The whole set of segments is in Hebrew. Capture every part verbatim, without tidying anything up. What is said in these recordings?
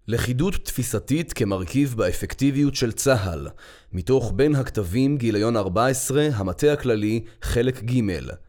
לכידות תפיסתית כמרכיב באפקטיביות של צה"ל, מתוך בין הכתבים גיליון ארבע עשרה, המטה הכללי, חלק ג',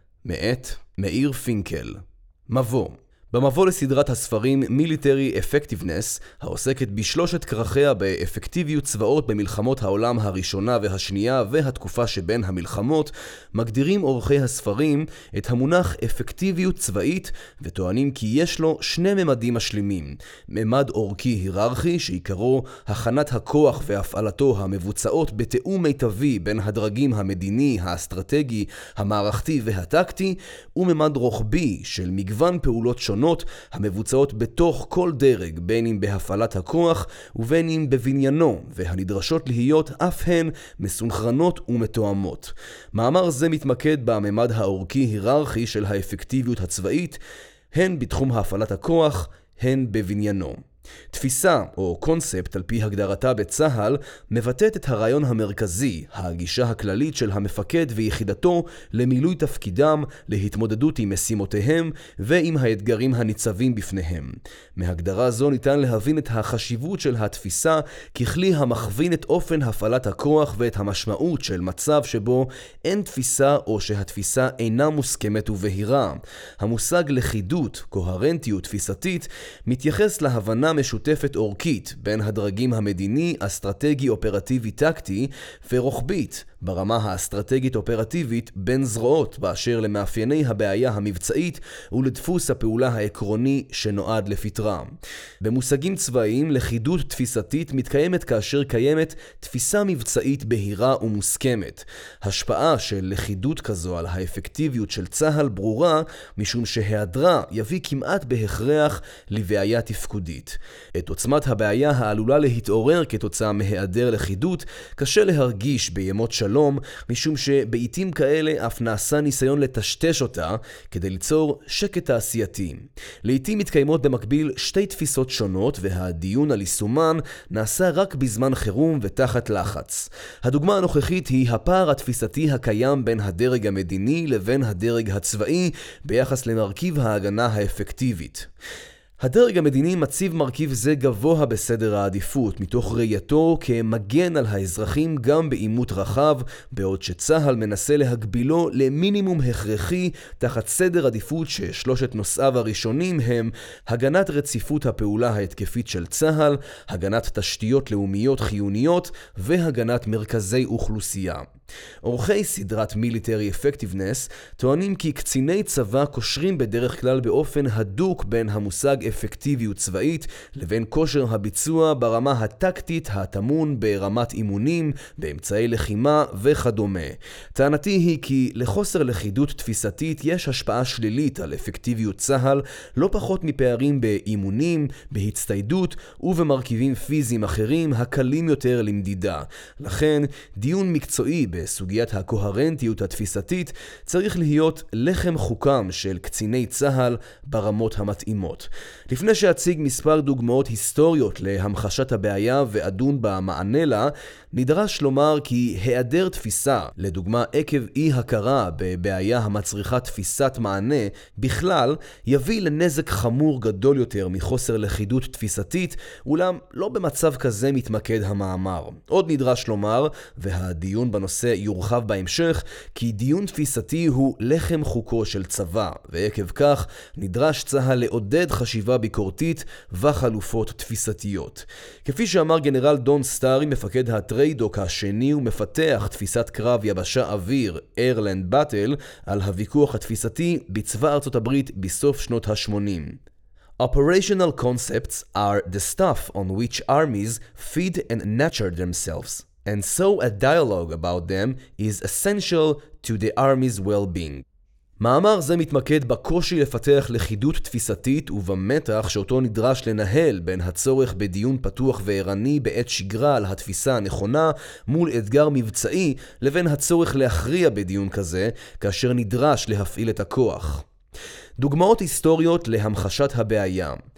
מאת מאיר פינקל. מבוא. במבוא לסדרת הספרים Military Effectiveness, העוסקת בשלושת כרכיה באפקטיביות צבאות במלחמות העולם הראשונה והשנייה והתקופה שבין המלחמות, מגדירים עורכי הספרים את המונח אפקטיביות צבאית וטוענים כי יש לו שני ממדים משלימים. ממד אורכי היררכי שעיקרו הכנת הכוח והפעלתו המבוצעות בתיאום מיטבי בין הדרגים המדיני, האסטרטגי, המערכתי והטקטי, וממד רוחבי של מגוון פעולות שונות המבוצעות בתוך כל דרג, בין אם בהפעלת הכוח ובין אם בבניינו, והנדרשות להיות אף הן מסונכרנות ומתואמות. מאמר זה מתמקד בממד האורכי היררכי של האפקטיביות הצבאית, הן בתחום הפעלת הכוח, הן בבניינו. תפיסה או קונספט על פי הגדרתה בצה"ל מבטאת את הרעיון המרכזי, הגישה הכללית של המפקד ויחידתו למילוי תפקידם, להתמודדות עם משימותיהם ועם האתגרים הניצבים בפניהם. מהגדרה זו ניתן להבין את החשיבות של התפיסה ככלי המכווין את אופן הפעלת הכוח ואת המשמעות של מצב שבו אין תפיסה או שהתפיסה אינה מוסכמת ובהירה. המושג לכידות, קוהרנטיות תפיסתית, מתייחס להבנה משותפת אורכית בין הדרגים המדיני, אסטרטגי, אופרטיבי, טקטי ורוחבית ברמה האסטרטגית אופרטיבית בין זרועות באשר למאפייני הבעיה המבצעית ולדפוס הפעולה העקרוני שנועד לפתרה. במושגים צבאיים, לכידות תפיסתית מתקיימת כאשר קיימת תפיסה מבצעית בהירה ומוסכמת. השפעה של לכידות כזו על האפקטיביות של צה"ל ברורה, משום שהיעדרה יביא כמעט בהכרח לבעיה תפקודית. את עוצמת הבעיה העלולה להתעורר כתוצאה מהיעדר לכידות קשה להרגיש בימות שלום, משום שבעיתים כאלה אף נעשה ניסיון לטשטש אותה כדי ליצור שקט תעשייתי. לעיתים מתקיימות במקביל שתי תפיסות שונות והדיון על יישומן נעשה רק בזמן חירום ותחת לחץ. הדוגמה הנוכחית היא הפער התפיסתי הקיים בין הדרג המדיני לבין הדרג הצבאי ביחס למרכיב ההגנה האפקטיבית. הדרג המדיני מציב מרכיב זה גבוה בסדר העדיפות, מתוך ראייתו כמגן על האזרחים גם בעימות רחב, בעוד שצה"ל מנסה להגבילו למינימום הכרחי תחת סדר עדיפות ששלושת נושאיו הראשונים הם הגנת רציפות הפעולה ההתקפית של צה"ל, הגנת תשתיות לאומיות חיוניות והגנת מרכזי אוכלוסייה. עורכי סדרת Military Effectiveness טוענים כי קציני צבא קושרים בדרך כלל באופן הדוק בין המושג אפקטיביות צבאית לבין כושר הביצוע ברמה הטקטית הטמון ברמת אימונים, באמצעי לחימה וכדומה. טענתי היא כי לחוסר לכידות תפיסתית יש השפעה שלילית על אפקטיביות צה"ל לא פחות מפערים באימונים, בהצטיידות ובמרכיבים פיזיים אחרים הקלים יותר למדידה. לכן דיון מקצועי בסוגיית הקוהרנטיות התפיסתית צריך להיות לחם חוקם של קציני צה"ל ברמות המתאימות. לפני שאציג מספר דוגמאות היסטוריות להמחשת הבעיה ואדון במענה לה, נדרש לומר כי היעדר תפיסה, לדוגמה עקב אי הכרה בבעיה המצריכה תפיסת מענה, בכלל יביא לנזק חמור גדול יותר מחוסר לכידות תפיסתית, אולם לא במצב כזה מתמקד המאמר. עוד נדרש לומר, והדיון בנושא יורחב בהמשך, כי דיון תפיסתי הוא לחם חוקו של צבא, ועקב כך נדרש צה"ל לעודד חשיבה ביקורתית וחלופות תפיסתיות. כפי שאמר גנרל דון סטארי, מפקד הטריידוק השני ומפתח תפיסת קרב יבשה אוויר, איירלנד באטל, על הוויכוח התפיסתי בצבא ארצות הברית בסוף שנות ה-שמונים. Operational concepts are the stuff on which armies feed and nurture themselves, and so a dialogue about them is essential to the army's well-being. מאמר זה מתמקד בקושי לפתח לכידות תפיסתית ובמתח שאותו נדרש לנהל בין הצורך בדיון פתוח וערני בעת שגרה על התפיסה הנכונה מול אתגר מבצעי לבין הצורך להכריע בדיון כזה כאשר נדרש להפעיל את הכוח. דוגמאות היסטוריות להמחשת הבעיה.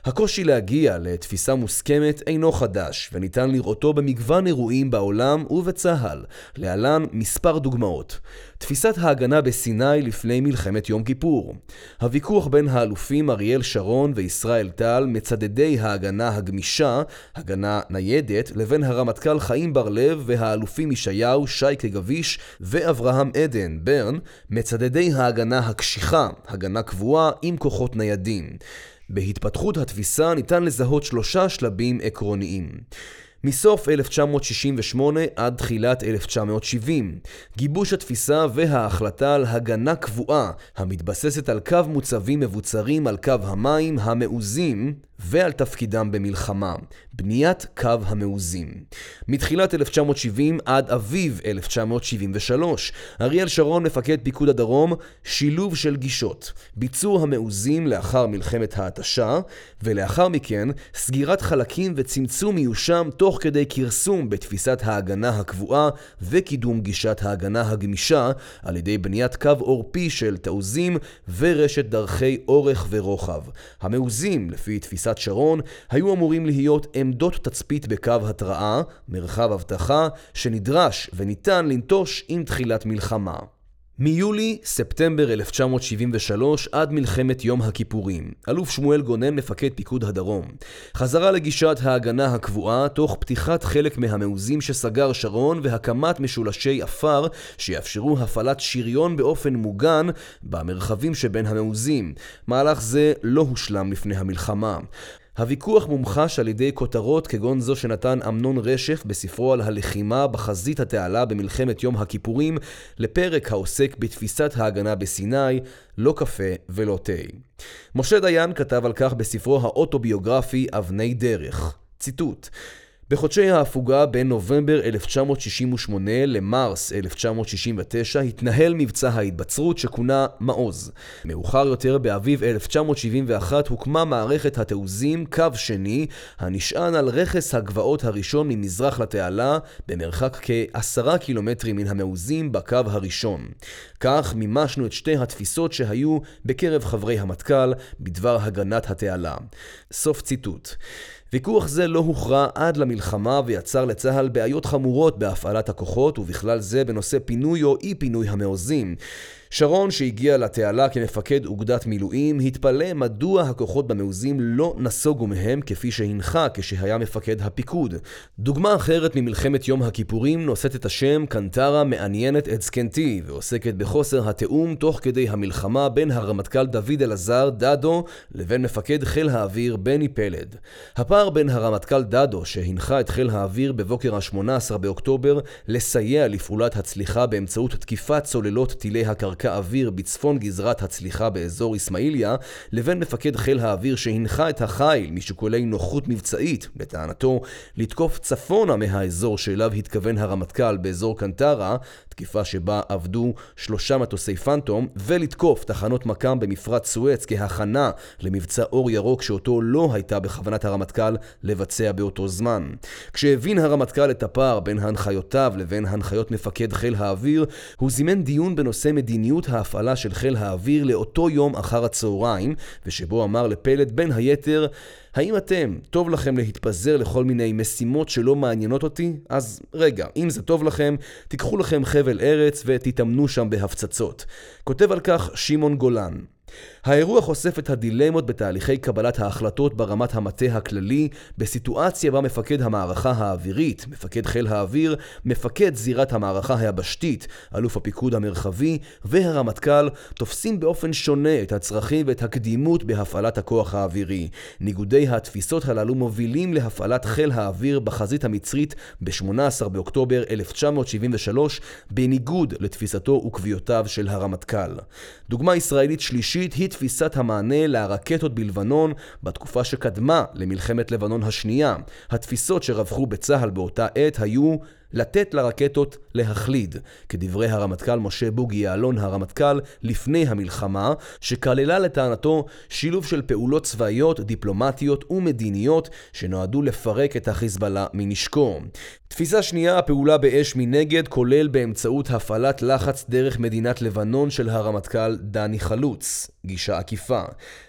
הקושי להגיע לתפיסה מוסכמת אינו חדש, וניתן לראותו במגוון אירועים בעולם ובצה"ל. להלן מספר דוגמאות. תפיסת ההגנה בסיני לפני מלחמת יום כיפור. הוויכוח בין האלופים אריאל שרון וישראל טל, מצדדי ההגנה הגמישה, הגנה ניידת, לבין הרמטכ"ל חיים בר-לב והאלופים ישעיהו, שייקה גביש ואברהם עדן, ברן, מצדדי ההגנה הקשיחה, הגנה קבועה עם כוחות ניידים. בהתפתחות התפיסה ניתן לזהות שלושה שלבים עקרוניים. מסוף אלף תשע מאות שישים ושמונה עד תחילת אלף תשע מאות שבעים, גיבוש התפיסה וההחלטה על הגנה קבועה המתבססת על קו מוצבים מבוצרים על קו המים המעוזים ועל תפקידם במלחמה, בניית קו המעוזים. מתחילת אלף תשע מאות שבעים עד אביב אלף תשע מאות שבעים ושלוש, אריאל שרון מפקד פיקוד הדרום, שילוב של גישות, ביצור המעוזים לאחר מלחמת ההתשה, ולאחר מכן סגירת חלקים וצמצום מיושם תוך כדי כרסום בתפיסת ההגנה הקבועה וקידום גישת ההגנה הגמישה על ידי בניית קו אורפי של תעוזים ורשת דרכי אורך ורוחב. המעוזים, לפי תפיסת שרון, היו אמורים להיות עמדות תצפית בקו התראה, מרחב הבטחה, שנדרש וניתן לנטוש עם תחילת מלחמה. מיולי-ספטמבר אלף תשע מאות שבעים ושלוש עד מלחמת יום הכיפורים, אלוף שמואל גונן מפקד פיקוד הדרום. חזרה לגישת ההגנה הקבועה תוך פתיחת חלק מהמעוזים שסגר שרון והקמת משולשי אפר שיאפשרו הפעלת שריון באופן מוגן במרחבים שבין המעוזים. מהלך זה לא הושלם לפני המלחמה. הוויכוח מומחש על ידי כותרות כגון זו שנתן אמנון רשף בספרו על הלחימה בחזית התעלה במלחמת יום הכיפורים, לפרק העוסק בתפיסת ההגנה בסיני, לא קפה ולא תה. משה דיין כתב על כך בספרו האוטוביוגרפי אבני דרך. ציטוט: בחודשי ההפוגה בין נובמבר אלף תשע מאות שישים ושמונה למרס אלף תשע מאות שישים ותשע התנהל מבצע ההתבצרות שכונה מעוז. מאוחר יותר באביב אלף תשע מאות שבעים ואחת הוקמה מערכת התעוזים קו שני הנשען על רכס הגבעות הראשון ממזרח לתעלה במרחק כעשרה קילומטרים מן המעוזים בקו הראשון. כך מימשנו את שתי התפיסות שהיו בקרב חברי המטכ"ל בדבר הגנת התעלה. סוף ציטוט. ויכוח זה לא הוכרע עד למלחמה ויצר לצה"ל בעיות חמורות בהפעלת הכוחות, ובכלל זה בנושא פינוי או אי פינוי המעוזים. שרון, שהגיע לתעלה כמפקד אוגדת מילואים, התפלא מדוע הכוחות במעוזים לא נסוגו מהם כפי שהנחה כשהיה מפקד הפיקוד. דוגמה אחרת ממלחמת יום הכיפורים נושאת את השם קנטרה מעניינת את זקנתי, ועוסקת בחוסר התאום תוך כדי המלחמה בין הרמטכ"ל דוד אלעזר דדו לבין מפקד חיל האוויר בני פלד. הפער בין הרמטכ"ל דדו, שהנחה את חיל האוויר בבוקר ה-שמונה עשר באוקטובר לסייע לפעולת הצליחה באמצעות תקיפת צוללות טילי הקרקע האוויר בצפון גזרת הצליחה באזור אסמאעיליה, לבין מפקד חיל האוויר שהנחה את החיל משיקולי נוחות מבצעית, לטענתו, לתקוף צפונה מהאזור שאליו התכוון הרמטכ"ל באזור קנטרה, תקיפה שבה עבדו שלושה מטוסי פנטום, ולתקוף תחנות מקם במפרץ סואץ כהכנה למבצע אור ירוק שאותו לא הייתה בכוונת הרמטכ"ל לבצע באותו זמן. כשהבין הרמטכ"ל את הפער בין הנחיותיו לבין הנחיות מפקד חיל האוויר, הוא זימן דיון בנושא מדיניות ההפעלה של חיל האוויר לאותו יום אחר הצהריים, ושבו אמר לפלד בין היתר: האם אתם, טוב לכם להתפזר לכל מיני משימות שלא מעניינות אותי? אז רגע, אם זה טוב לכם, תיקחו לכם חבל ארץ ותתאמנו שם בהפצצות. כותב על כך שמעון גולן. האירוע חושף את הדילמות בתהליכי קבלת ההחלטות ברמת המטה הכללי, בסיטואציה בה מפקד המערכה האווירית, מפקד חיל האוויר, מפקד זירת המערכה היבשתית, אלוף הפיקוד המרחבי והרמטכ"ל תופסים באופן שונה את הצרכים ואת הקדימות בהפעלת הכוח האווירי. ניגודי התפיסות הללו מובילים להפעלת חיל האוויר בחזית המצרית ב-שמונה עשר באוקטובר אלף תשע מאות שבעים ושלוש, בניגוד לתפיסתו וקביעותיו של הרמטכ"ל. דוגמה ישראלית שלישית היא תפיסת המענה לרקטות בלבנון בתקופה שקדמה למלחמת לבנון השנייה. התפיסות שרווחו בצה"ל באותה עת היו לתת לרקטות להחליד, כדברי הרמטכ"ל משה בוגי יעלון הרמטכ"ל לפני המלחמה, שכללה לטענתו שילוב של פעולות צבאיות, דיפלומטיות ומדיניות שנועדו לפרק את החיזבאללה מנשקו. תפיסה שנייה, הפעולה באש מנגד, כולל באמצעות הפעלת לחץ דרך מדינת לבנון של הרמטכ"ל דני חלוץ, גישה עקיפה.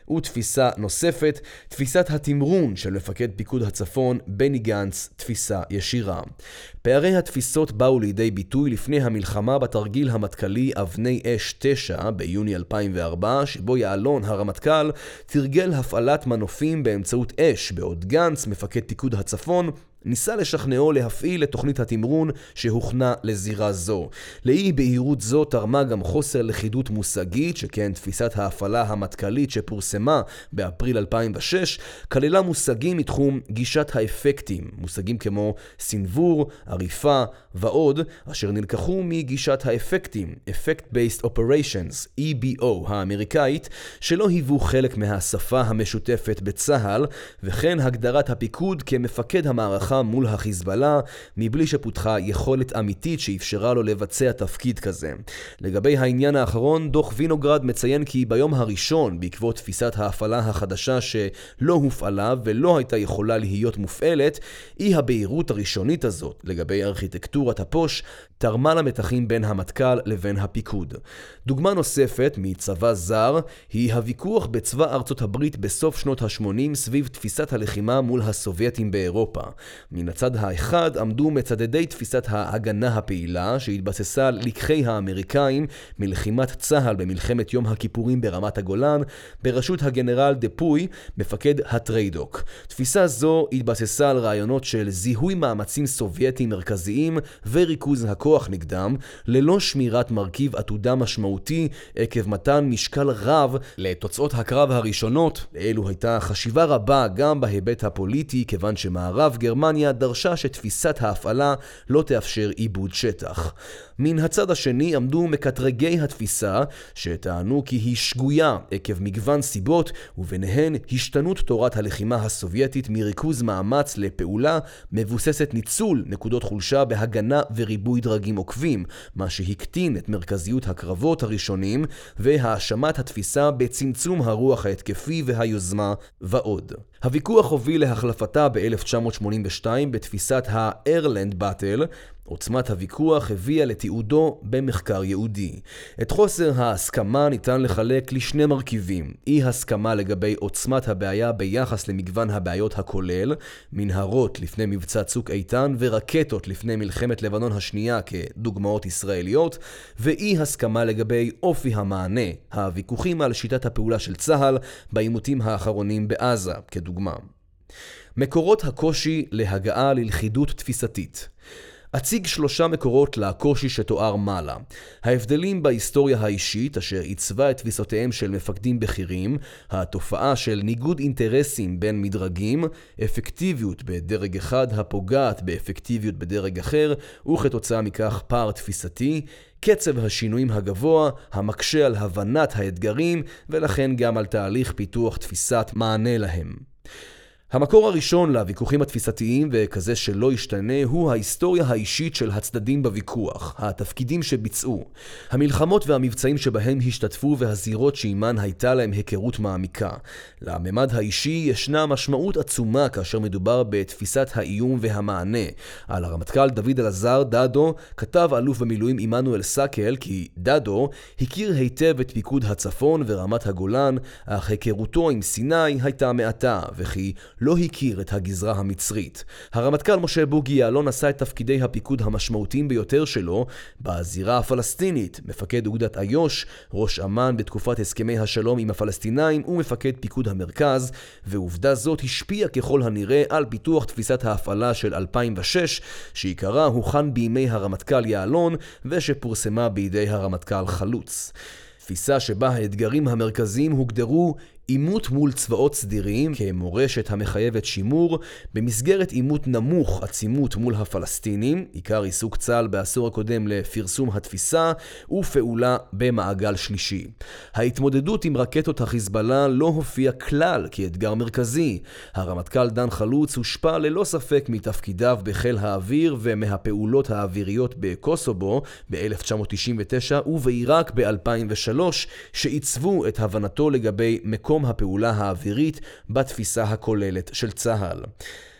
ותפיסה נוספת, תפיסת התמרון של מפקד פיקוד הצפון בני גנץ, תפיסה ישירה. פערי התפיסות באו לידי ביטוי לפני המלחמה בתרגיל המטכ"לי אבני אש תשע ביוני אלפיים וארבע, שבו יעלון הרמטכ"ל תרגל הפעלת מנופים באמצעות אש, בעוד גנץ, מפקד פיקוד הצפון, ניסה לשכנעו להפעיל את תוכנית התמרון שהוכנה לזירה זו. לאי בהירות זו תרמה גם חוסר לכידות מושגית, שכן תפיסת ההפעלה המטכ"לית שפורסמה באפריל אלפיים ושש כללה מושגים מתחום גישת האפקטים, מושגים כמו סנבור, עריפה ועוד, אשר נלקחו מגישת האפקטים, Effect-Based Operations, E B O האמריקאית, שלא היוו חלק מהשפה המשותפת בצה"ל, וכן הגדרת הפיקוד כמפקד המערכה מול החיזבאללה, מבלי שפותחה יכולת אמיתית שאפשרה לו לבצע תפקיד כזה. לגבי העניין האחרון, דוח וינוגרד מציין כי ביום הראשון, בעקבות תפיסת ההפעלה החדשה שלא הופעלה ולא הייתה יכולה להיות מופעלת, אי הבהירות הראשונית הזאת לגבי ארכיטקטורת הפוש תרמה למתחים בין המטכ"ל לבין הפיקוד. דוגמה נוספת מצבא זר היא הוויכוח בצבא ארצות הברית בסוף שנות ה-שמונים סביב תפיסת הלחימה מול הסובייטים באירופה. מן הצד האחד עמדו מצדדי תפיסת ההגנה הפעילה שהתבססה על לקחי האמריקאים מלחימת צה"ל במלחמת יום הכיפורים ברמת הגולן בראשות הגנרל דפוי, מפקד הטריידוק. תפיסה זו התבססה על רעיונות של זיהוי מאמצים סובייטיים מרכזיים וריכוז הכוח נגדם ללא שמירת מרכיב עתודה משמעותי עקב מתן משקל רב לתוצאות הקרב הראשונות. לאלו הייתה חשיבה רבה גם בהיבט הפוליטי, כיוון שמערב גרמניה דרשה שתפיסת ההפעלה לא תאפשר איבוד שטח. מן הצד השני עמדו מקטרגי התפיסה שטענו כי היא שגויה עקב מגוון סיבות, וביניהן השתנות תורת הלחימה הסובייטית מריכוז מאמץ לפעולה מבוססת ניצול נקודות חולשה בהגנה וריבוי דרגים עוקבים, מה שהקטין את מרכזיות הקרבות הראשונים, והאשמת התפיסה בצמצום הרוח ההתקפי והיוזמה ועוד. הוויכוח הוביל להחלפתה ב-אלף תשע מאות שמונים ושתיים בתפיסת ה-Erland Battle. עוצמת הוויכוח הביאה לתיעודו במחקר יהודי. את חוסר ההסכמה ניתן לחלק לשני מרכיבים: אי הסכמה לגבי עוצמת הבעיה ביחס למגוון הבעיות הכולל, מנהרות לפני מבצע צוק איתן ורקטות לפני מלחמת לבנון השנייה כדוגמאות ישראליות, ואי הסכמה לגבי אופי המענה, הוויכוחים על שיטת הפעולה של צה"ל בעימותים האחרונים בעזה כדוגמה. מקורות הקושי להגעה ללכידות תפיסתית. אציג שלושה מקורות לקושי שתואר מעלה. ההבדלים בהיסטוריה האישית אשר עיצבה את תפיסותיהם של מפקדים בכירים, התופעה של ניגוד אינטרסים בין מדרגים, אפקטיביות בדרג אחד הפוגעת באפקטיביות בדרג אחר, וכתוצאה מכך פער תפיסתי, קצב השינויים הגבוה, המקשה על הבנת האתגרים, ולכן גם על תהליך פיתוח תפיסת מענה להם. המקור הראשון לוויכוחים התפיסתיים, וכזה שלא ישתנה, הוא ההיסטוריה האישית של הצדדים בוויכוח, התפקידים שביצעו, המלחמות והמבצעים שבהם השתתפו והזירות שעימן הייתה להם היכרות מעמיקה. לממד האישי ישנה משמעות עצומה כאשר מדובר בתפיסת האיום והמענה. על הרמטכ"ל דוד אלעזר דדו כתב אלוף במילואים עמנואל סקל כי דדו הכיר היטב את פיקוד הצפון ורמת הגולן, אך היכרותו עם סיני הייתה מעטה, וכי לא הכיר את הגזרה המצרית. הרמטכ"ל משה בוגי יעלון עשה את תפקידי הפיקוד המשמעותיים ביותר שלו בזירה הפלסטינית, מפקד אוגדת איו"ש, ראש אמ"ן בתקופת הסכמי השלום עם הפלסטינאים ומפקד פיקוד המרכז, ועובדה זאת השפיעה ככל הנראה על פיתוח תפיסת ההפעלה של אלפיים ושש, שעיקרה הוכן בימי הרמטכ"ל יעלון ושפורסמה בידי הרמטכ"ל חלוץ. תפיסה שבה האתגרים המרכזיים הוגדרו עימות מול צבאות סדירים כמורשת המחייבת שימור, במסגרת עימות נמוך עצימות מול הפלסטינים, עיקר עיסוק צה"ל בעשור הקודם לפרסום התפיסה, ופעולה במעגל שלישי. ההתמודדות עם רקטות החיזבאללה לא הופיע כלל כאתגר מרכזי. הרמטכ"ל דן חלוץ הושפע ללא ספק מתפקידיו בחיל האוויר ומהפעולות האוויריות בקוסובו ב-אלף תשע מאות תשעים ותשע ובעיראק ב-אלפיים ושלוש, שעיצבו את הבנתו לגבי מקום הפעולה האווירית בתפיסה הכוללת של צה"ל.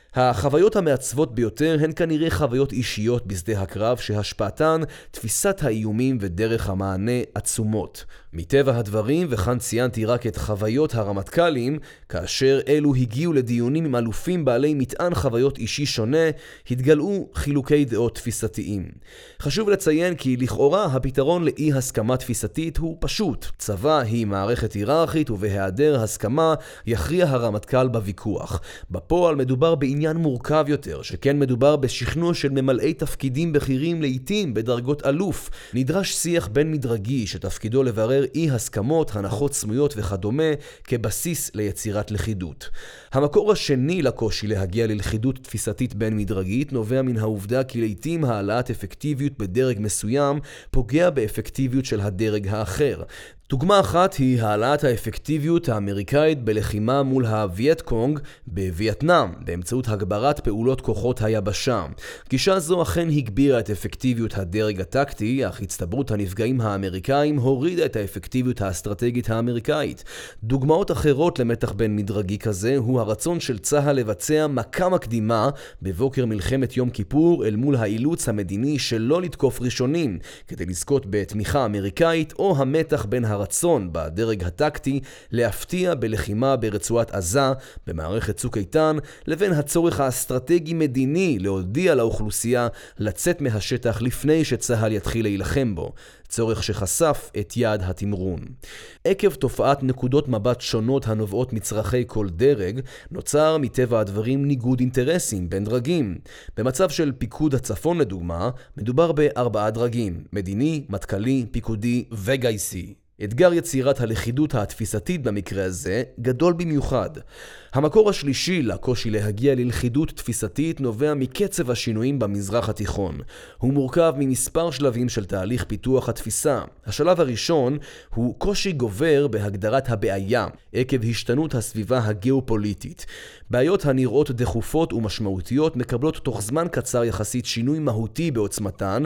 החוויות המעצבות ביותר הן כנראה חוויות אישיות בשדה הקרב שהשפעתן, תפיסת האיומים ודרך המענה עצומות. מטבע הדברים, וכאן ציינתי רק את חוויות הרמטכ"לים, כאשר אלו הגיעו לדיונים עם אלופים בעלי מטען חוויות אישי שונה, התגלעו חילוקי דעות תפיסתיים. חשוב לציין כי לכאורה הפתרון לאי הסכמה תפיסתית הוא פשוט. צבא היא מערכת היררכית ובהיעדר הסכמה יכריע הרמטכ"ל בוויכוח. בפועל מדובר בעניין מורכב יותר, שכן מדובר בשכנוע של ממלאי תפקידים בכירים לעתים בדרגות אלוף. נדרש שיח בין מדרגי שתפקידו לברר אי הסכמות, הנחות סמויות וכדומה כבסיס ליצירת לכידות. המקור השני לקושי להגיע ללכידות תפיסתית בין מדרגית נובע מן העובדה כי לעתים העלאת אפקטיביות בדרג מסוים פוגע באפקטיביות של הדרג האחר. דוגמה אחת היא העלאת האפקטיביות האמריקאית בלחימה מול הווייט קונג בווייטנאם באמצעות הגברת פעולות כוחות היבשה. גישה זו אכן הגבירה את אפקטיביות הדרג הטקטי, אך הצטברות הנפגעים האמריקאים הורידה את האפקטיביות האסטרטגית האמריקאית. דוגמאות אחרות למתח בין מדרגי כזה הוא הרצון של צה"ל לבצע מכה מקדימה בבוקר מלחמת יום כיפור אל מול האילוץ המדיני שלא לתקוף ראשונים כדי לזכות בתמיכה אמריקאית, או המתח בין הרצון בדרג הטקטי להפתיע בלחימה ברצועת עזה במערכת צוק איתן לבין הצורך האסטרטגי-מדיני להודיע לאוכלוסייה לצאת מהשטח לפני שצה"ל יתחיל להילחם בו, צורך שחשף את יעד התמרון. עקב תופעת נקודות מבט שונות הנובעות מצרכי כל דרג, נוצר מטבע הדברים ניגוד אינטרסים בין דרגים. במצב של פיקוד הצפון לדוגמה, מדובר בארבעה דרגים: מדיני, מטכ"לי, פיקודי וגייסי. אתגר יצירת הלכידות התפיסתית במקרה הזה גדול במיוחד. המקור השלישי לקושי להגיע ללכידות תפיסתית נובע מקצב השינויים במזרח התיכון. הוא מורכב ממספר שלבים של תהליך פיתוח התפיסה. השלב הראשון הוא קושי גובר בהגדרת הבעיה עקב השתנות הסביבה הגיאופוליטית. בעיות הנראות דחופות ומשמעותיות מקבלות תוך זמן קצר יחסית שינוי מהותי בעוצמתן,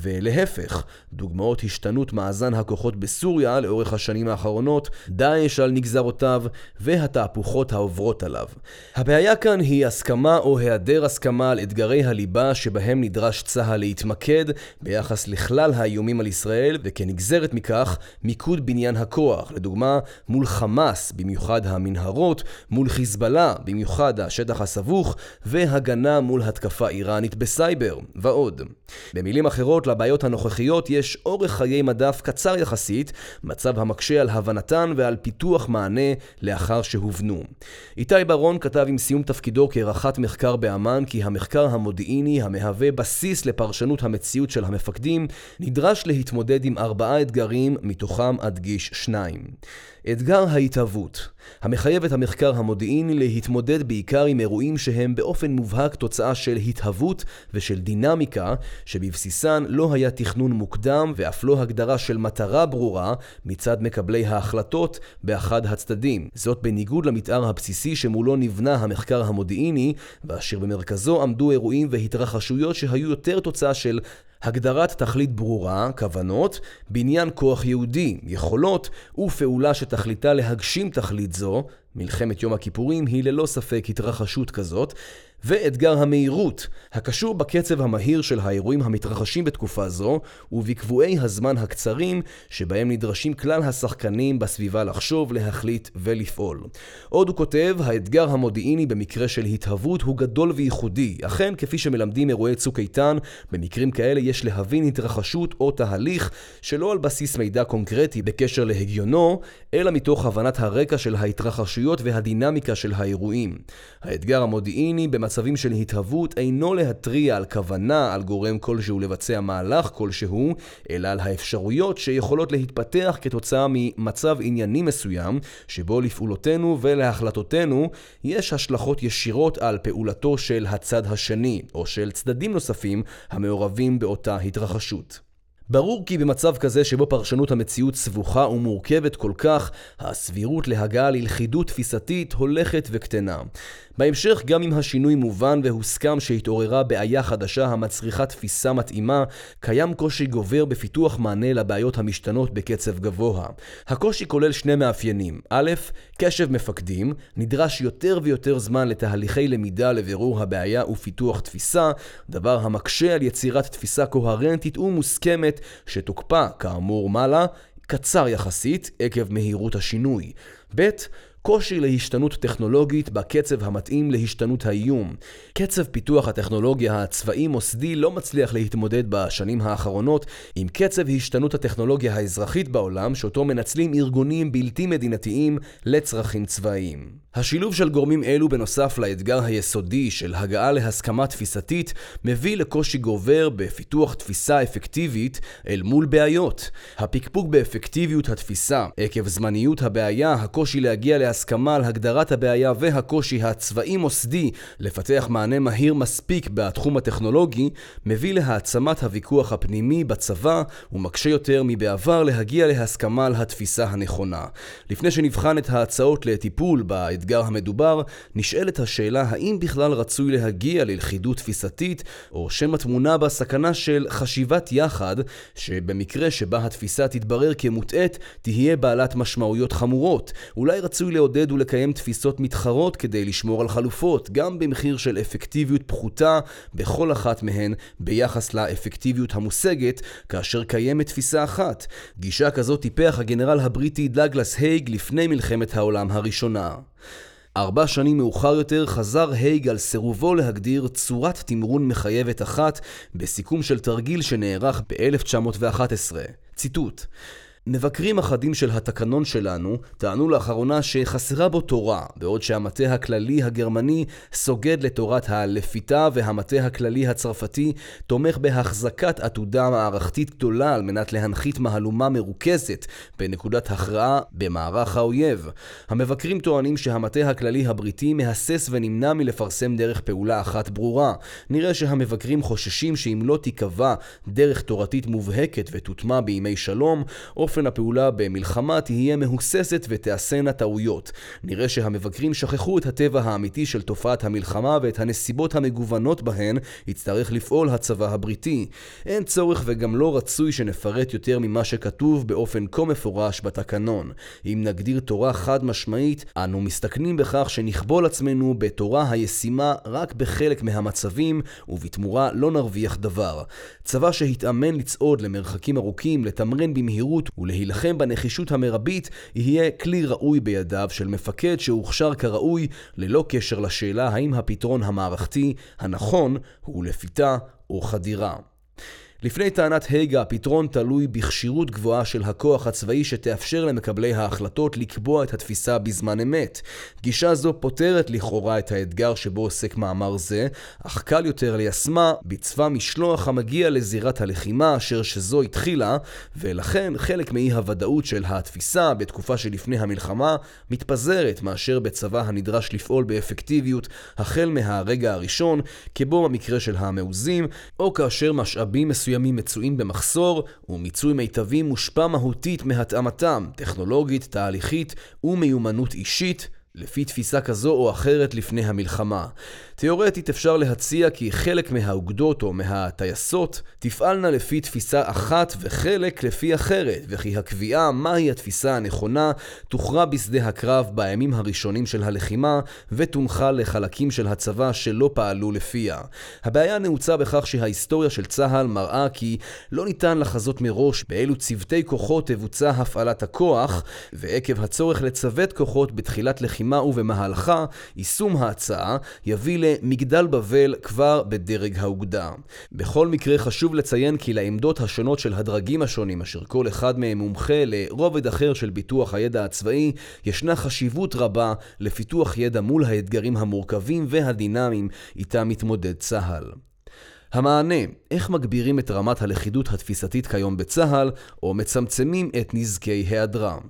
ולהפך, דוגמאות השתנות מאזן הכוחות בסוריה לאורך השנים האחרונות, דאעש על נגזרותיו והתהפוכות העוברות עליו. הבעיה כאן היא הסכמה או היעדר הסכמה על אתגרי הליבה שבהם נדרש צה"ל להתמקד ביחס לכלל האיומים על ישראל, וכנגזרת מכך מיקוד בניין הכוח, לדוגמה מול חמאס במיוחד המנהרות, מול חיזבאללה במיוחד השטח הסבוך, והגנה מול התקפה איראנית בסייבר ועוד. במילים אחרות, לבעיות הנוכחיות יש אורך חיי מדף קצר יחסית, מצב המקשה על הבנתן ועל פיתוח מענה לאחר שהובנו. איתי ברון כתב עם סיום תפקידו כרח"ט מחקר באמ"ן כי המחקר המודיעיני המהווה בסיס לפרשנות המציאות של המפקדים נדרש להתמודד עם ארבעה אתגרים, מתוכם אדגיש שניים. אתגר ההתהוות, המחייב את המחקר המודיעיני להתמודד בעיקר עם אירועים שהם באופן מובהק תוצאה של התהוות ושל דינמיקה שבבסיסן לא היה תכנון מוקדם ואף לא הגדרה של מטרה ברורה מצד מקבלי ההחלטות באחד הצדדים. זאת בניגוד למתאר הבסיסי שמולו נבנה המחקר המודיעיני, ואשר במרכזו עמדו אירועים והתרחשויות שהיו יותר תוצאה של הגדרת תכלית ברורה, כוונות, בניין כוח יהודי, יכולות ופעולה שתכליתה להגשים תכלית זו. מלחמת יום הכיפורים היא ללא ספק התרחשות כזאת. ואתגר המהירות, הקשור בקצב המהיר של האירועים המתרחשים בתקופה זו, ובקבועי הזמן הקצרים שבהם נדרשים כלל השחקנים בסביבה לחשוב, להחליט ולפעול. עוד הוא כותב, האתגר המודיעיני במקרה של התהוות הוא גדול וייחודי. אכן, כפי שמלמדים אירועי צוק איתן, במקרים כאלה יש להבין התרחשות או תהליך שלא על בסיס מידע קונקרטי בקשר להגיונו, אלא מתוך הבנת הרקע של ההתרחשויות והדינמיקה של האירועים. האתגר המודיעיני במצבים של התהוות אינו להתריע על כוונה, על גורם כלשהו לבצע מהלך כלשהו, אלא על האפשרויות שיכולות להתפתח כתוצאה ממצב ענייני מסוים, שבו לפעולותינו ולהחלטותינו יש השלכות ישירות על פעולתו של הצד השני, או של צדדים נוספים המעורבים באותה התרחשות. ברור כי במצב כזה שבו פרשנות המציאות סבוכה ומורכבת כל כך, הסבירות להגעה ללכידות תפיסתית הולכת וקטנה. בהמשך, גם אם השינוי מובן והוסכם שהתעוררה בעיה חדשה המצריכה תפיסה מתאימה, קיים קושי גובר בפיתוח מענה לבעיות המשתנות בקצב גבוה. הקושי כולל שני מאפיינים. א', קשב מפקדים, נדרש יותר ויותר זמן לתהליכי למידה לבירור הבעיה ופיתוח תפיסה, דבר המקשה על יצירת תפיסה קוהרנטית ומוסכמת שתוקפה, כאמור מעלה, קצר יחסית עקב מהירות השינוי. ב', קושי להשתנות טכנולוגית בקצב המתאים להשתנות האיום. קצב פיתוח הטכנולוגיה הצבאי מוסדי לא מצליח להתמודד בשנים האחרונות עם קצב השתנות הטכנולוגיה האזרחית בעולם, שאותו מנצלים ארגונים בלתי מדינתיים לצרכים צבאיים. השילוב של גורמים אלו בנוסף לאתגר היסודי של הגעה להסכמה תפיסתית מביא לקושי גובר בפיתוח תפיסה אפקטיבית אל מול בעיות. הפקפוק באפקטיביות התפיסה עקב זמניות הבעיה, הקושי להגיע להסכמה על הגדרת הבעיה והקושי הצבאי מוסדי לפתח מענה מהיר מספיק בתחום הטכנולוגי מביא להעצמת הוויכוח הפנימי בצבא ומקשה יותר מבעבר להגיע להסכמה על התפיסה הנכונה. לפני שנבחן את ההצעות לטיפול באתגר המדובר, נשאלת השאלה האם בכלל רצוי להגיע ללכידות תפיסתית או שמא תמונה בסכנה של חשיבת יחד, שבמקרה שבה התפיסה תתברר כמוטעת תהיה בעלת משמעויות חמורות. אולי רצוי לעודד ולקיים תפיסות מתחרות כדי לשמור על חלופות, גם במחיר של אפקטיביות פחותה בכל אחת מהן ביחס לאפקטיביות המושגת כאשר קיימת תפיסה אחת. גישה כזאת טיפח הגנרל הבריטי דאגלס הייג לפני מלחמת העולם הראשונה. ארבע שנים מאוחר יותר חזר הייג על סירובו להגדיר צורת תמרון מחייבת אחת בסיכום של תרגיל שנערך ב-אלף תשע מאות ואחת עשרה. ציטוט: מבקרים אחדים של התקנון שלנו טענו לאחרונה שחסרה בו תורה, בעוד שהמטה הכללי הגרמני סוגד לתורת הלפיתה והמטה הכללי הצרפתי תומך בהחזקת עתודה מערכתית גדולה על מנת להנחית מהלומה מרוכזת בנקודת הכרעה במערך האויב. המבקרים טוענים שהמטה הכללי הבריטי מהסס ונמנע מלפרסם דרך פעולה אחת ברורה. נראה שהמבקרים חוששים שאם לא תיקבע דרך תורתית מובהקת ותוטמע בימי שלום, אופן הפעולה במלחמה תהיה מהוססת ותעשנה טעויות. נראה שהמבקרים שכחו את הטבע האמיתי של תופעת המלחמה ואת הנסיבות המגוונות בהן יצטרך לפעול הצבא הבריטי. אין צורך וגם לא רצוי שנפרט יותר ממה שכתוב באופן כה מפורש בתקנון. אם נגדיר תורה חד משמעית, אנו מסתכנים בכך שנכבול עצמנו בתורה הישימה רק בחלק מהמצבים, ובתמורה לא נרוויח דבר. צבא שהתאמן לצעוד למרחקים ארוכים, לתמרן במהירות ולהילחם בנחישות המרבית יהיה כלי ראוי בידיו של מפקד שהוכשר כראוי, ללא קשר לשאלה האם הפתרון המערכתי הנכון הוא לפיתה או חדירה. לפני טענת הייג, הפתרון תלוי בכשירות גבוהה של הכוח הצבאי שתאפשר למקבלי ההחלטות לקבוע את התפיסה בזמן אמת. גישה זו פותרת לכאורה את האתגר שבו עוסק מאמר זה, אך קל יותר ליישמה בצבא משלוח המגיע לזירת הלחימה אשר שזו התחילה, ולכן חלק מאי הוודאות של התפיסה בתקופה שלפני המלחמה מתפזרת מאשר בצבא הנדרש לפעול באפקטיביות החל מהרגע הראשון, כמו במקרה של המעוזים, או כאשר משאבים מסוימים מסוימים מצויים במחסור, ומיצוי מיטבי מושפע מהותית מהתאמתם, טכנולוגית, תהליכית ומיומנות אישית, לפי תפיסה כזו או אחרת לפני המלחמה. תיאורטית אפשר להציע כי חלק מהאוגדות או מהטייסות תפעלנה לפי תפיסה אחת וחלק לפי אחרת, וכי הקביעה מהי התפיסה הנכונה תוכרע בשדה הקרב בימים הראשונים של הלחימה ותונחה לחלקים של הצבא שלא פעלו לפיה. הבעיה נעוצה בכך שההיסטוריה של צה"ל מראה כי לא ניתן לחזות מראש באילו צוותי כוחות תבוצע הפעלת הכוח, ועקב הצורך לצוות כוחות בתחילת לחימה ובמהלכה, יישום ההצעה יביא למגדל בבל כבר בדרג האוגדה. בכל מקרה חשוב לציין כי לעמדות השונות של הדרגים השונים, אשר כל אחד מהם מומחה לרובד אחר של ביטוח הידע הצבאי, ישנה חשיבות רבה לפיתוח ידע מול האתגרים המורכבים והדינמיים איתם מתמודד צה"ל. המענה, איך מגבירים את רמת הלכידות התפיסתית כיום בצה"ל, או מצמצמים את נזקי היעדרה.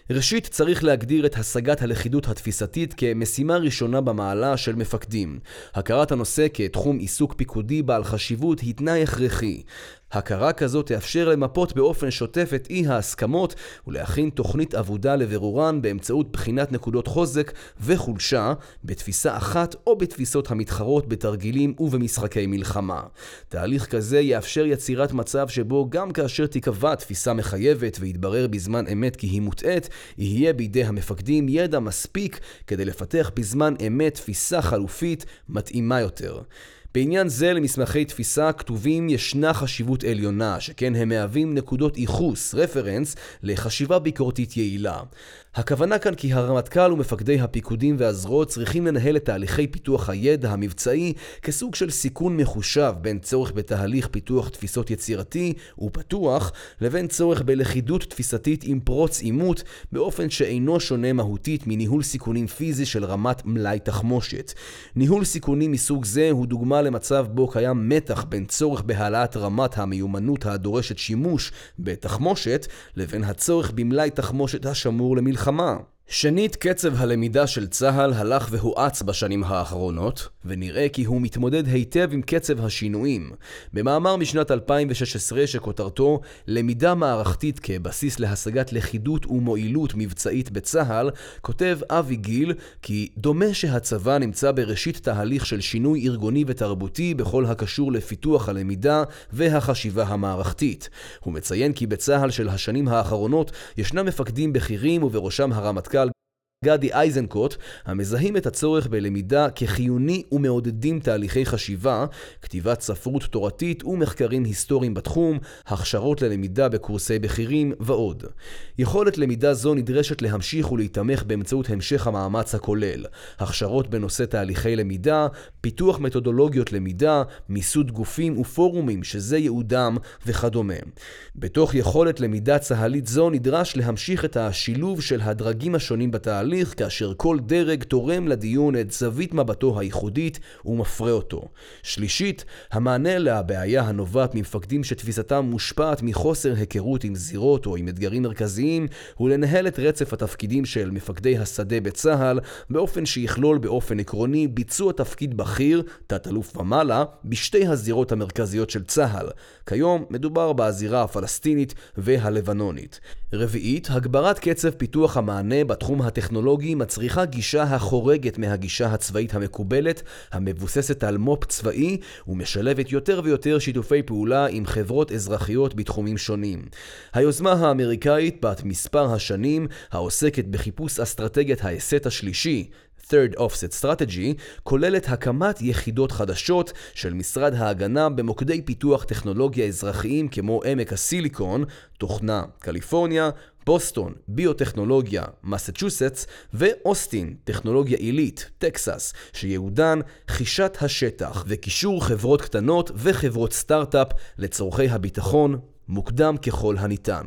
ראשית, צריך להגדיר את השגת הלכידות התפיסתית כמשימה ראשונה במעלה של מפקדים. הכרת הנושא כתחום עיסוק פיקודי בעל חשיבות היא תנאי הכרחי. הכרה כזאת תאפשר למפות באופן שוטף את אי ההסכמות ולהכין תוכנית עבודה לבירורן באמצעות בחינת נקודות חוזק וחולשה בתפיסה אחת או בתפיסות המתחרות בתרגילים ובמשחקי מלחמה. תהליך כזה יאפשר יצירת מצב שבו גם כאשר תיקבע תפיסה מחייבת ויתברר בזמן אמת כי היא מוטעת, יהיה בידי המפקדים ידע מספיק כדי לפתח בזמן אמת תפיסה חלופית מתאימה יותר. בעניין זה למסמכי תפיסה כתובים ישנה חשיבות עליונה, שכן הם מהווים נקודות ייחוס, רפרנס, לחשיבה ביקורתית יעילה. הכוונה כאן כי הרמטכ"ל ומפקדי הפיקודים והזרועות צריכים לנהל את תהליכי פיתוח הידע המבצעי כסוג של סיכון מחושב בין צורך בתהליך פיתוח תפיסות יצירתי ופתוח לבין צורך בלכידות תפיסתית עם פרוץ עימות באופן שאינו שונה מהותית מניהול סיכונים פיזי של רמת מלאי תחמושת. ניהול סיכונים מסוג זה הוא דוגמה למצב בו קיים מתח בין צורך בהעלאת רמת המיומנות הדורשת שימוש בתחמושת לבין הצורך במלאי תחמושת השמור למלחמה. שנית, קצב הלמידה של צה"ל הלך והואץ בשנים האחרונות, ונראה כי הוא מתמודד היטב עם קצב השינויים. במאמר משנת אלפיים ושש עשרה שכותרתו למידה מערכתית כבסיס להשגת לכידות ומועילות מבצעית בצה"ל, כותב אבי גיל כי דומה שהצבא נמצא בראשית תהליך של שינוי ארגוני ותרבותי בכל הקשור לפיתוח הלמידה והחשיבה המערכתית. הוא מציין כי בצה"ל של השנים האחרונות ישנם מפקדים בכירים ובראשם הרמטכ"ל גדי איזנקוט, המזהים את הצורך בלמידה כחיוני ומעודדים תהליכי חשיבה, כתיבת ספרות תורתית ומחקרים היסטוריים בתחום, הכשרות ללמידה בקורסי בכירים ועוד. יכולת למידה זו נדרשת להמשיך ולהתמך באמצעות המשך המאמץ הכולל, הכשרות בנושא תהליכי למידה, פיתוח מתודולוגיות למידה, מיסוד גופים ופורומים שזה ייעודם וכדומה. בתוך יכולת למידה צהלית זו נדרש להמשיך את השילוב של הדרגים השונים בתהליך, כאשר כל דרג תורם לדיון את זווית מבטו הייחודית ומפרה אותו. שלישית, המענה לבעיה הנובעת ממפקדים שתפיסתם מושפעת מחוסר היכרות עם זירות או עם אתגרים מרכזיים, הוא לנהל את רצף התפקידים של מפקדי השדה בצה"ל באופן שיכלול באופן עקרוני ביצוע תפקיד בכיר, תת-אלוף ומעלה, בשתי הזירות המרכזיות של צה"ל. כיום מדובר בזירה הפלסטינית והלבנונית. רביעית, הגברת קצב פיתוח המענה בתחום הטכנולוגי מצריכה גישה החורגת מהגישה הצבאית המקובלת, המבוססת על מו"פ צבאי ומשלבת יותר ויותר שיתופי פעולה עם חברות אזרחיות בתחומים שונים. היוזמה האמריקאית בת מספר השנים, העוסקת בחיפוש אסטרטגיית ההסט השלישי, Third Offset Strategy, כוללת הקמת יחידות חדשות של משרד ההגנה במוקדי פיתוח טכנולוגיה אזרחיים כמו עמק הסיליקון, תוכנה קליפורניה, בוסטון, ביוטכנולוגיה, מסצ'וסטס, ואוסטין, טכנולוגיה עילית, טקסס, שיעודן חישת השטח וקישור חברות קטנות וחברות סטארט-אפ לצורכי הביטחון מוקדם ככל הניתן.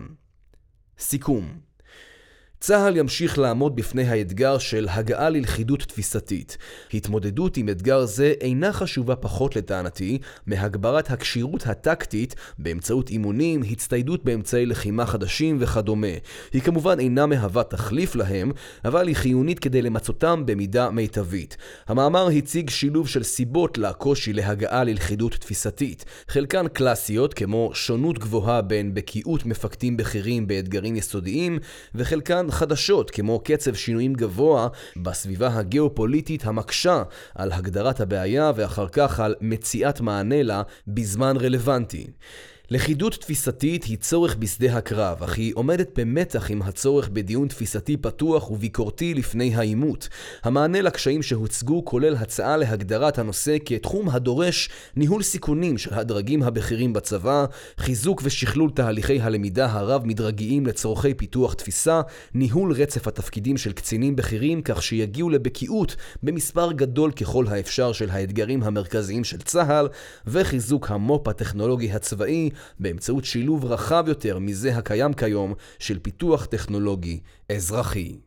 סיכום. צה"ל ימשיך לעמוד בפני האתגר של הגעה ללכידות תפיסתית. התמודדות עם אתגר זה אינה חשובה פחות לטענתי מהגברת הקשירות הטקטית באמצעות אימונים, הצטיידות באמצעי לחימה חדשים וכדומה. היא כמובן אינה מהווה תחליף להם, אבל היא חיונית כדי למצותם במידה מיטבית. המאמר הציג שילוב של סיבות לקושי להגעה ללכידות תפיסתית. חלקן קלאסיות כמו שונות גבוהה בין בקיאות מפקדים בכירים באתגרים יסודיים, וחלקן חדשות כמו קצב שינויים גבוה בסביבה הגיאופוליטית המקשה על הגדרת הבעיה ואחר כך על מציאת מענה לה בזמן רלוונטי. לכידות תפיסתית היא צורך בשדה הקרב, אך היא עומדת במתח עם הצורך בדיון תפיסתי פתוח וביקורתי לפני העימות. המענה לקשיים שהוצגו כולל הצעה להגדרת הנושא כתחום הדורש ניהול סיכונים של הדרגים הבכירים בצבא, חיזוק ושכלול תהליכי הלמידה הרב-מדרגיים לצורכי פיתוח תפיסה, ניהול רצף התפקידים של קצינים בכירים כך שיגיעו לבקיאות במספר גדול ככל האפשר של האתגרים המרכזיים של צה"ל, וחיזוק המו"פ הטכנולוגי הצבאי באמצעות שילוב רחב יותר מזה הקיים כיום של פיתוח טכנולוגי אזרחי.